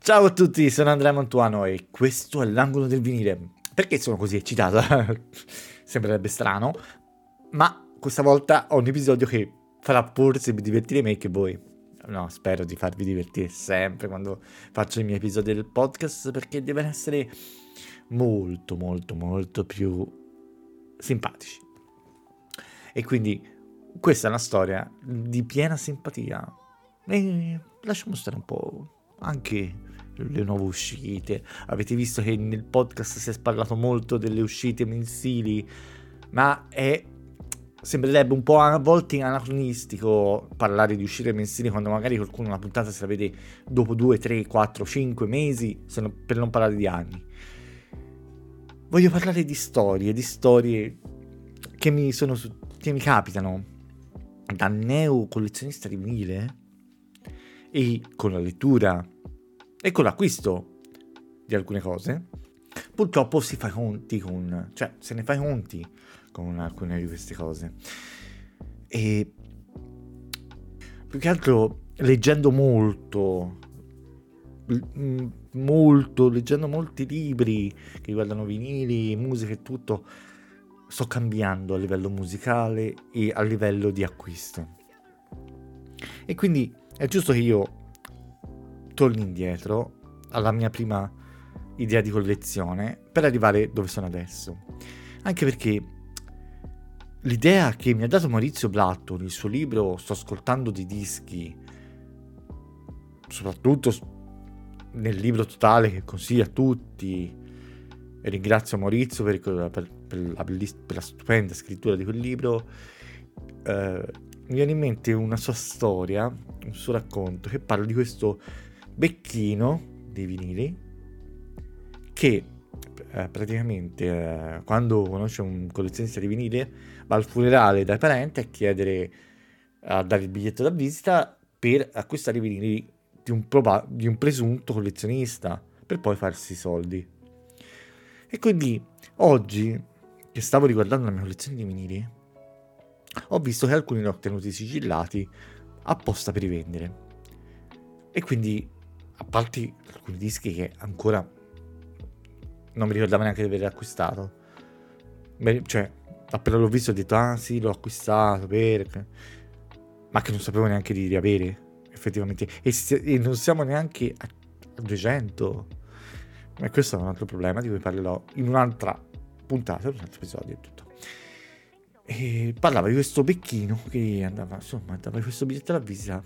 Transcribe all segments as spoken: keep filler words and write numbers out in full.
Ciao a tutti, sono Andrea Mantuano e questo è l'angolo del vinile. Perché sono così eccitato? Sembrerebbe strano, ma questa volta ho un episodio che farà forse divertire me che voi. No, spero di farvi divertire sempre quando faccio i miei episodi del podcast perché devono essere molto, molto, molto più simpatici. E quindi questa è una storia di piena simpatia. E lasciamo stare un po' anche le nuove uscite. Avete visto che nel podcast si è parlato molto delle uscite mensili, ma è sembrerebbe un po' a volte anacronistico parlare di uscite mensili quando magari qualcuno una puntata se la vede dopo due, tre, quattro, cinque mesi, se non, per non parlare di anni. Voglio parlare di storie, di storie che mi sono che mi capitano da neo collezionista di vinile e con la lettura e con l'acquisto di alcune cose. Purtroppo si fa i conti con, cioè se ne fa i conti con alcune di queste cose. E più che altro leggendo molto molto leggendo molti libri che riguardano vinili, musica e tutto, sto cambiando a livello musicale e a livello di acquisto. E quindi è giusto che io torni indietro alla mia prima idea di collezione per arrivare dove sono adesso. Anche perché l'idea che mi ha dato Maurizio Blatto nel suo libro Sto ascoltando dei dischi, soprattutto nel libro totale che consiglio a tutti, e ringrazio Maurizio per, per, per, la, per la stupenda scrittura di quel libro, eh, mi viene in mente una sua storia, un suo racconto che parla di questo becchino dei vinili che eh, praticamente eh, quando conosce un collezionista di vinile va al funerale dai parenti a chiedere, a dare il biglietto da visita per acquistare i vinili di un, proba- di un presunto collezionista per poi farsi i soldi. E quindi oggi che stavo riguardando la mia collezione di vinili ho visto che alcuni li ho tenuti sigillati apposta per rivendere. E quindi, a parte alcuni dischi che ancora non mi ricordavo neanche di aver acquistato, cioè appena l'ho visto ho detto ah sì l'ho acquistato per... ma che non sapevo neanche di riavere effettivamente, e, se, e non siamo neanche a, a duecento, ma questo è un altro problema di cui parlerò in un'altra puntata, in un altro episodio e tutto. E parlava di questo becchino che andava, insomma, dava questo biglietto da visita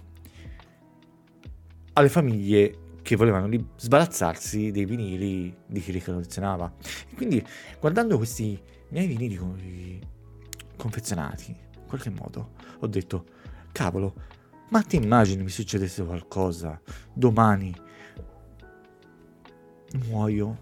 alle famiglie che volevano li- sbarazzarsi dei vinili di chi li collezionava. E quindi guardando questi miei vinili con- confezionati in qualche modo ho detto cavolo, ma ti immagini mi succedesse qualcosa domani, muoio,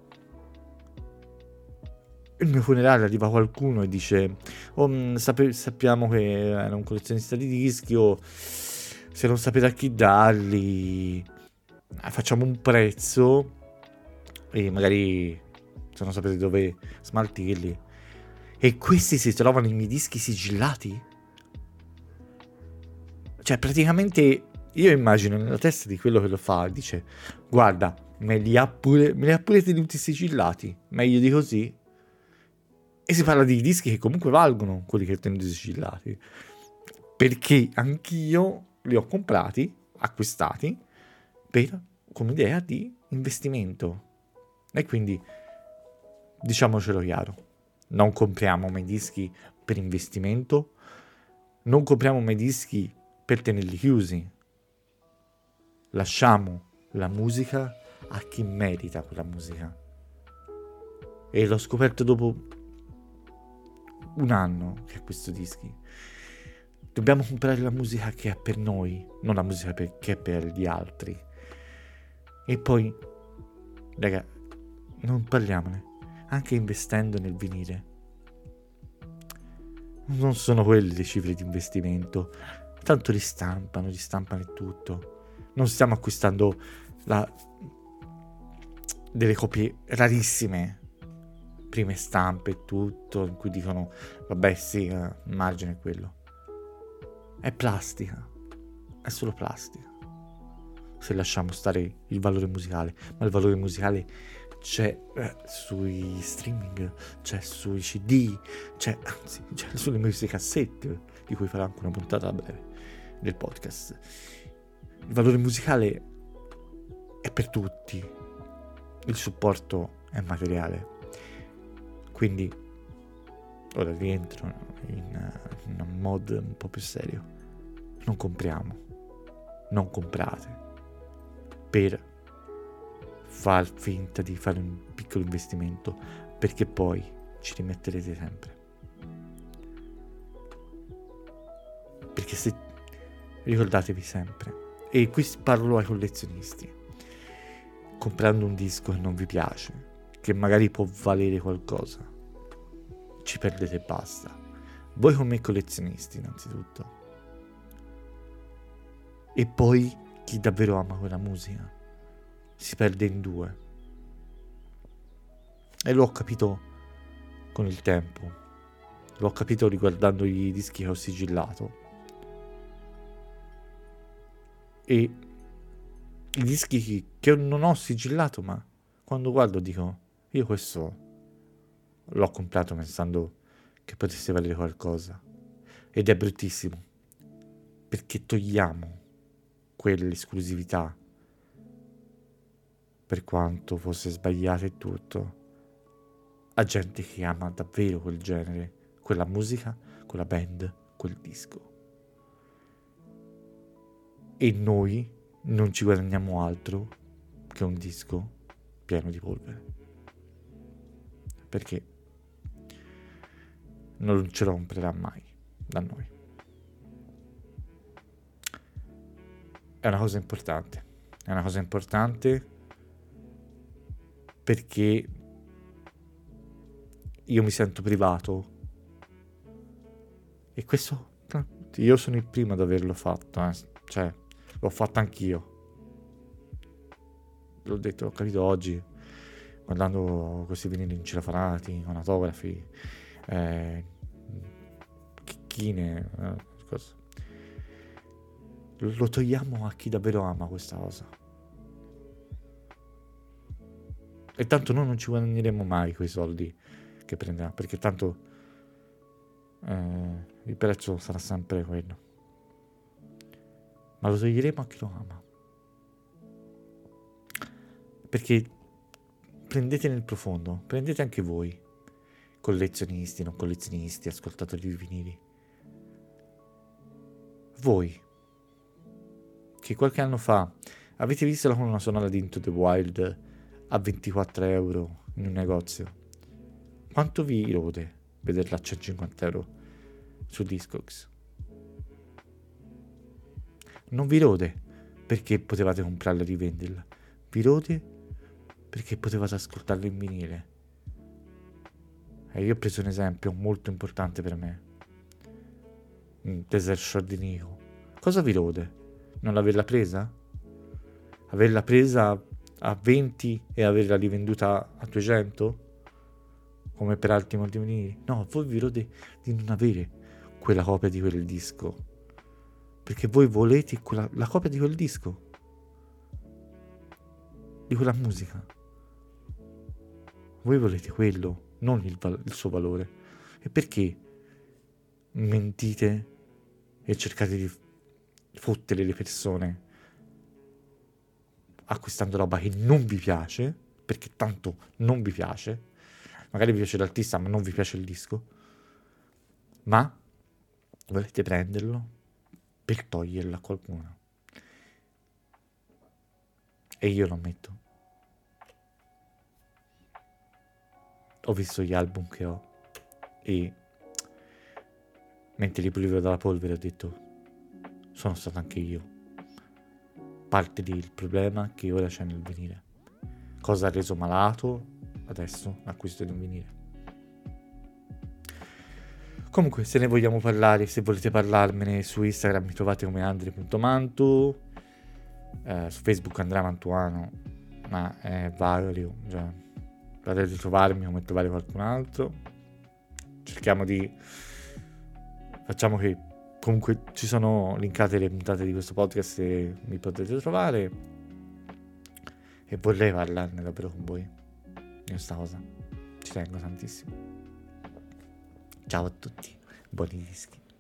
il mio funerale arriva qualcuno e dice oh, mh, sape- sappiamo che era un collezionista di dischi, o se non sapete a chi darli facciamo un prezzo e magari se non sapete dove smaltirli, e questi si trovano i miei dischi sigillati. Cioè praticamente io immagino nella testa di quello che lo fa, dice guarda me li ha pure, me li ha pure tenuti sigillati, meglio di così. E si parla di dischi che comunque valgono quelli che ho tenuti sigillati, perché anch'io li ho comprati, acquistati per, con idea di investimento. E quindi diciamocelo chiaro, non compriamo mai dischi per investimento, non compriamo mai dischi per tenerli chiusi. Lasciamo la musica a chi merita quella musica. E l'ho scoperto dopo un anno che acquisto dischi. Dobbiamo comprare la musica che è per noi, non la musica per, che è per gli altri. E poi, raga, non parliamone, anche investendo nel vinile. Non sono quelle le cifre di investimento, tanto li stampano, li stampano e tutto. Non stiamo acquistando la... delle copie rarissime, prime stampe e tutto, in cui dicono vabbè sì, il margine è quello. È plastica, è solo plastica. se lasciamo stare il valore musicale, ma il valore musicale c'è eh, sui streaming, c'è sui C D, c'è anzi c'è sulle musicassette, di cui farò anche una puntata a breve del podcast. Il valore musicale è per tutti, il supporto è materiale, quindi ora rientro in, in un mod un po' più serio. Non compriamo, non comprate per far finta di fare un piccolo investimento, perché poi ci rimetterete sempre. Perché se ricordatevi sempre, e qui parlo ai collezionisti, comprando un disco che non vi piace, che magari può valere qualcosa, ci perdete e basta. Voi come collezionisti innanzitutto, e poi chi davvero ama quella musica si perde in due. E l'ho capito con il tempo, l'ho capito riguardando i dischi che ho sigillato, e i dischi che non ho sigillato, ma quando guardo dico, io questo l'ho comprato pensando che potesse valere qualcosa, ed è bruttissimo, perché togliamo quell'esclusività, per quanto fosse sbagliato e tutto, a gente che ama davvero quel genere, quella musica, quella band, quel disco. E noi non ci guadagniamo altro che un disco pieno di polvere, perché non ce lo comprerà mai da noi. È una cosa importante, è una cosa importante perché io mi sento privato, e questo io sono il primo ad averlo fatto, eh. Cioè l'ho fatto anch'io, l'ho detto, l'ho capito oggi guardando questi vinili incelaforati con autografi, eh, chicchine, eh, cosa. Lo togliamo a chi davvero ama questa cosa, e tanto noi non ci guadagneremo mai quei soldi che prenderà, perché tanto eh, il prezzo sarà sempre quello, ma lo toglieremo a chi lo ama, perché prendete nel profondo, prendete anche voi, collezionisti, non collezionisti, ascoltatori di vinili, voi che qualche anno fa avete visto la colonna sonora di Into the Wild a ventiquattro euro in un negozio, quanto vi rode vederla a centocinquanta euro su Discogs? Non vi rode perché potevate comprarla e rivenderla, vi rode perché potevate ascoltarla in vinile. E io ho preso un esempio molto importante per me, Desert Shore di Nico. Cosa vi rode? Non averla presa? Averla presa a venti e averla rivenduta a duecento? Come per altri molti vinili? No, voi vi rode di non avere quella copia di quel disco, perché voi volete quella, la copia di quel disco, di quella musica. Voi volete quello, non il, val- il suo valore. E perché mentite e cercate di fottere le persone acquistando roba che non vi piace, perché tanto non vi piace, magari vi piace l'artista ma non vi piace il disco, ma volete prenderlo per toglierlo a qualcuno? E io lo ammetto, ho visto gli album che ho e mentre li pulivo dalla polvere ho detto, sono stato anche io parte del problema che ora c'è nel vinile. Cosa ha reso malato adesso l'acquisto di un vinile? Comunque, se ne vogliamo parlare, se volete parlarmene, su Instagram mi trovate come andre punto mantu, eh, su Facebook Andrea Mantuano, ma è vario, cioè potete trovarmi come trovare qualcun altro. Cerchiamo di, facciamo che comunque ci sono linkate le puntate di questo podcast e mi potete trovare. e vorrei parlarne davvero con voi di questa cosa, ci tengo tantissimo. Ciao a tutti, buoni dischi.